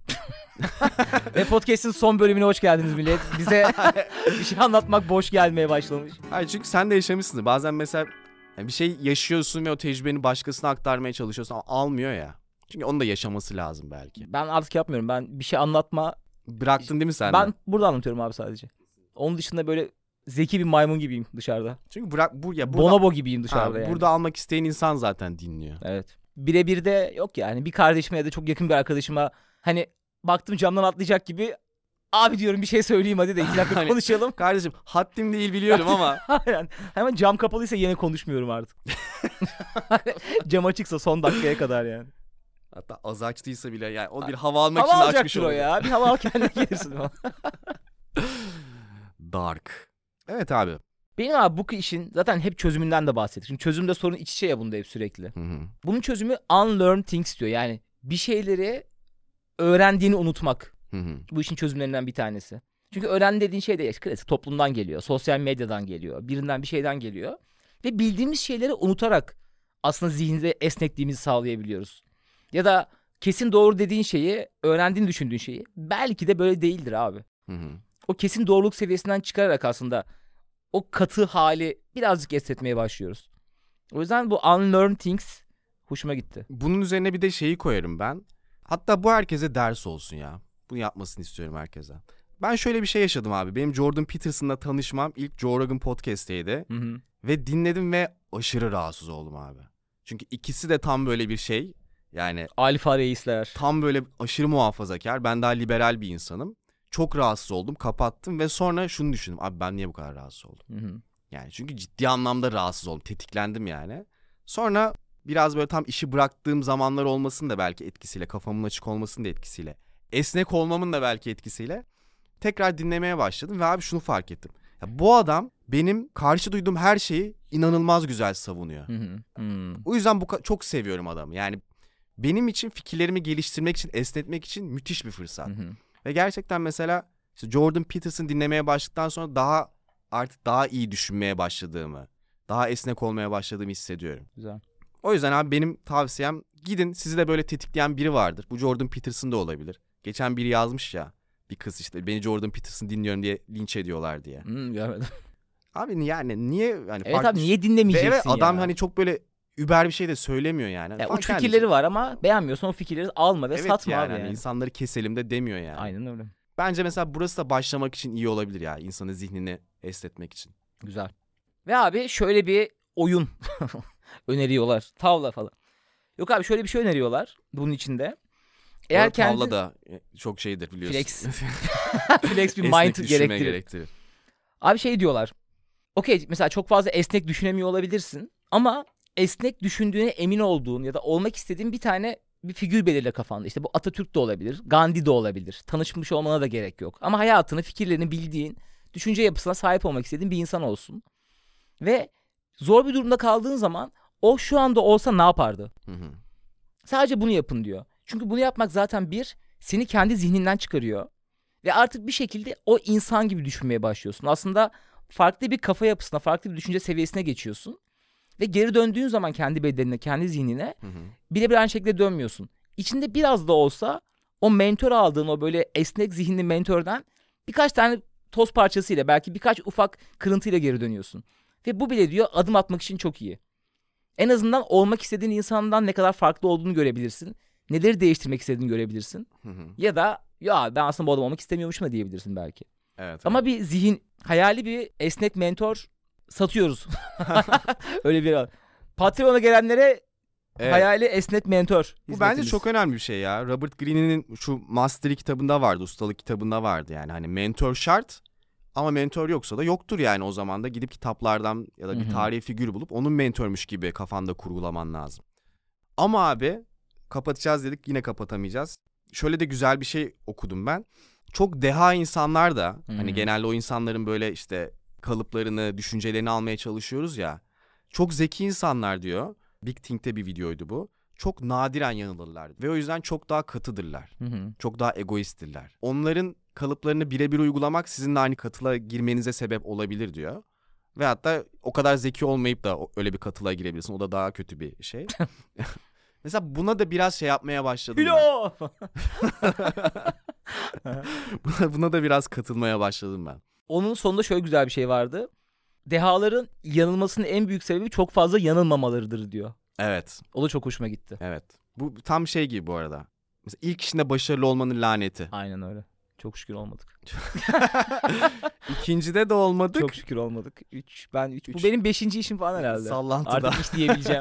Ve podcast'in son bölümüne hoş geldiniz millet. Bize bir şey anlatmak boş gelmeye başlamış. Hayır, çünkü sen de yaşamışsın. Bazen mesela bir şey yaşıyorsun ve o tecrübeni başkasına aktarmaya çalışıyorsun ama almıyor ya. Çünkü onun da yaşaması lazım belki. Ben artık yapmıyorum. Ben bir şey anlatma. Bıraktın değil mi sen de? Ben burada anlatıyorum abi sadece. Onun dışında böyle zeki bir maymun gibiyim dışarıda. Çünkü burada Bonobo gibiyim dışarıda yani. Burada almak isteyen insan zaten dinliyor. Evet. Birebir de yok yani. Bir kardeşime ya da çok yakın bir arkadaşıma hani baktım camdan atlayacak gibi abi diyorum bir şey söyleyeyim hadi de 2 dakika Hani- konuşalım. Kardeşim haddim değil biliyorum ama. Aynen. Hemen cam kapalıysa yine konuşmuyorum artık. Cam açıksa son dakikaya kadar yani. Hatta az açtıysa bile yani o bir hava almak Hava için açmış alacaktır o olabilir. ya. Bir hava al kendine gelirsin. Dark. Evet abi. Benim abi bu işin zaten hep çözümünden de bahsettik. Şimdi çözümde sorun iç içe ya bunda hep sürekli. Hı. Bunun çözümü unlearn things diyor. Yani bir şeyleri öğrendiğini unutmak. Hı. Bu işin çözümlerinden bir tanesi. Çünkü öğren dediğin şey de klasik toplumdan geliyor. Sosyal medyadan geliyor. Birinden bir şeyden geliyor. Ve bildiğimiz şeyleri unutarak aslında zihninde esnekliğimizi sağlayabiliyoruz. Ya da kesin doğru dediğin şeyi, öğrendiğini düşündüğün şeyi belki de böyle değildir abi. Hı. O kesin doğruluk seviyesinden çıkararak aslında o katı hali birazcık esnetmeye başlıyoruz. O yüzden bu unlearn things hoşuma gitti. Bunun üzerine bir de şeyi koyarım ben. Hatta bu herkese ders olsun ya. Bunu yapmasını istiyorum herkese. Ben şöyle bir şey yaşadım abi. Benim Jordan Peterson'la tanışmam ilk Joe Rogan Podcast'teydi. Hı. Ve dinledim ve aşırı rahatsız oldum abi. Çünkü ikisi de tam böyle bir şey. Yani Alfa reisler. tam böyle aşırı muhafazakar. Ben daha liberal bir insanım. Çok rahatsız oldum. Kapattım ve sonra şunu düşündüm. Abi ben niye bu kadar rahatsız oldum? Hı. Yani çünkü ciddi anlamda rahatsız oldum. Tetiklendim yani. Sonra biraz böyle tam işi bıraktığım zamanlar olmasının da belki etkisiyle, kafamın açık olmasının da etkisiyle, esnek olmamın da belki etkisiyle tekrar dinlemeye başladım ve abi şunu fark ettim. Ya bu adam benim karşı duyduğum her şeyi inanılmaz güzel savunuyor. O yüzden çok seviyorum adamı. Yani benim için fikirlerimi geliştirmek için, esnetmek için müthiş bir fırsat. Ve gerçekten mesela işte Jordan Peterson dinlemeye başladıktan sonra artık daha iyi düşünmeye başladığımı, daha esnek olmaya başladığımı hissediyorum. Güzel. O yüzden abi benim tavsiyem, gidin, sizi de böyle tetikleyen biri vardır. Bu Jordan Peterson da olabilir. Geçen biri yazmış ya, bir kız işte beni Jordan Peterson dinliyorum diye linç ediyorlar diye. Görmedim. Abi yani niye hani Evet abi niye dinlemeyeceksin ve evet, adam ya? hani çok böyle über bir şey de söylemiyor yani. Ya, Falan uç kendisi. fikirleri var ama beğenmiyorsan o fikirleri alma ve Evet satma yani, abi hani yani. insanları keselim de demiyor yani. Aynen öyle. Bence mesela burası da başlamak için iyi olabilir ya, insanın zihnini esnetmek için. Güzel. Ve abi şöyle bir oyun öneriyorlar. Tavla falan. Yok abi şöyle bir şey öneriyorlar bunun içinde. Eğer Tavla da çok şeydir biliyorsun. Flex. Flex bir Esnek mind düşünme gerektirir. Abi şey diyorlar. Okey mesela çok fazla esnek düşünemiyor olabilirsin. Ama esnek düşündüğüne emin olduğun ya da olmak istediğin bir tane bir figür belirle kafanda. İşte bu Atatürk de olabilir, Gandhi de olabilir. Tanışmış olmana da gerek yok. Ama hayatını, fikirlerini bildiğin, düşünce yapısına sahip olmak istediğin bir insan olsun. Ve zor bir durumda kaldığın zaman o şu anda olsa ne yapardı? Sadece bunu yapın diyor. Çünkü bunu yapmak zaten seni kendi zihninden çıkarıyor. Ve artık bir şekilde o insan gibi düşünmeye başlıyorsun. Aslında farklı bir kafa yapısına, farklı bir düşünce seviyesine geçiyorsun. Ve geri döndüğün zaman kendi bedenine, kendi zihnine birebir aynı şekilde dönmüyorsun. İçinde biraz da olsa o mentor aldığın o böyle esnek zihinli mentörden birkaç tane toz parçasıyla, belki birkaç ufak kırıntıyla geri dönüyorsun. Ve bu bile diyor adım atmak için çok iyi. En azından olmak istediğin insandan ne kadar farklı olduğunu görebilirsin. Neleri değiştirmek istediğini görebilirsin. Ya da ya ben aslında bu adam olmak istemiyormuşum da diyebilirsin belki. Evet. Ama bir zihin, hayali bir esnek mentor satıyoruz. Öyle bir Patreon'a gelenlere hayali esnek mentor. Bu bence çok önemli bir şey ya. Robert Greene'nin şu Mastery kitabında vardı, ustalık kitabında vardı yani. Hani mentor şart ama mentor yoksa da yoktur yani, o zaman da gidip kitaplardan ya da bir tarihi figür bulup onun mentörmüş gibi kafanda kurgulaman lazım. Ama abi kapatacağız dedik, yine kapatamayacağız. Şöyle de güzel bir şey okudum ben. Çok deha insanlar da hani genelde o insanların böyle işte kalıplarını, düşüncelerini almaya çalışıyoruz ya. Çok zeki insanlar diyor. Big Think'te bir videoydu bu. Çok nadiren yanılırlar ve o yüzden çok daha katıdırlar. Çok daha egoisttirler. Onların kalıplarını birebir uygulamak sizin de aynı katıla girmenize sebep olabilir diyor. Ve hatta o kadar zeki olmayıp da öyle bir katılığa girebilirsin. O da daha kötü bir şey. Mesela buna da biraz şey yapmaya başladım. Buna da biraz katılmaya başladım ben. Onun sonunda şöyle güzel bir şey vardı. Dehaların yanılmasının en büyük sebebi çok fazla yanılmamalarıdır diyor. Evet. O da çok hoşuma gitti. Evet. Bu tam şey gibi bu arada. Mesela ilk işinde başarılı olmanın laneti. Aynen öyle. Çok şükür olmadık. İkincide de olmadık. Çok şükür olmadık. 3. Bu benim 5. işim falan herhalde. Sallantıda. Artık iş diyebileceğim.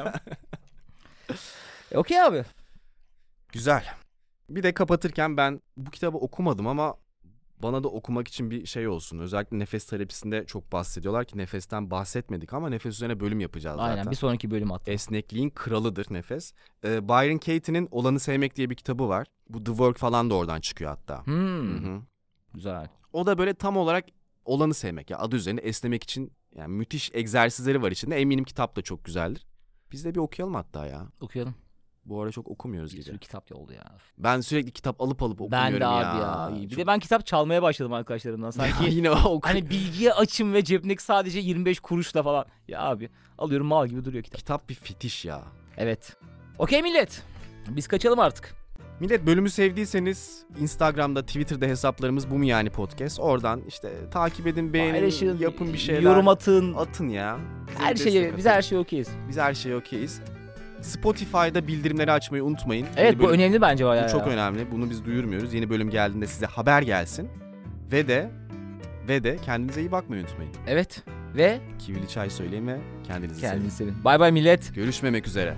Okey abi. Güzel. Bir de kapatırken ben bu kitabı okumadım ama bana da okumak için bir şey olsun. Özellikle nefes terapisinde çok bahsediyorlar ki nefesten bahsetmedik ama nefes üzerine bölüm yapacağız zaten. Aynen, bir sonraki bölüm hatta. Esnekliğin kralıdır nefes. Byron Katie'nin Olanı Sevmek diye bir kitabı var. Bu The Work falan da oradan çıkıyor hatta. Güzel. O da böyle tam olarak olanı sevmek. Ya adı üzerine esnemek için yani müthiş egzersizleri var içinde. Eminim kitap da çok güzeldir. Biz de bir okuyalım hatta ya. Okuyalım. Bu ara çok okumuyoruz Bir gibi. sürü kitap oldu ya. Ben sürekli kitap alıp okumuyorum ya. Ben de abi ya. Bir de ben kitap çalmaya başladım arkadaşlarımdan. Sanki yine hani bilgiye açım ve cebimdeki sadece 25 kuruşla falan. Ya abi alıyorum, mal gibi duruyor kitap. Kitap bir fetiş ya. Evet. Okey millet. Biz kaçalım artık. Millet, bölümü sevdiyseniz Instagram'da, Twitter'da hesaplarımız bu mu yani podcast. Oradan işte takip edin, beğenin, Paylaşın, yapın bir şeyler. yorum atın. Atın ya. Her şeye, biz her şeye okeyiz. Biz her şeye okeyiz. Spotify'da bildirimleri açmayı unutmayın. Evet, Yeni bölüm, bu önemli bence bayağı. bu çok önemli. Bunu biz duyurmuyoruz. Yeni bölüm geldiğinde size haber gelsin. Ve de kendinize iyi bakmayı unutmayın. Evet. Ve Kivili çay söyleyin ve kendinizi sevin. sevin. Bay bay millet. Görüşmemek üzere.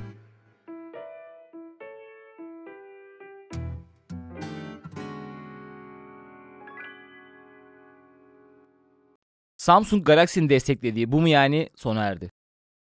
Samsung Galaxy'nin desteklediği Bu Mu Yani sona erdi.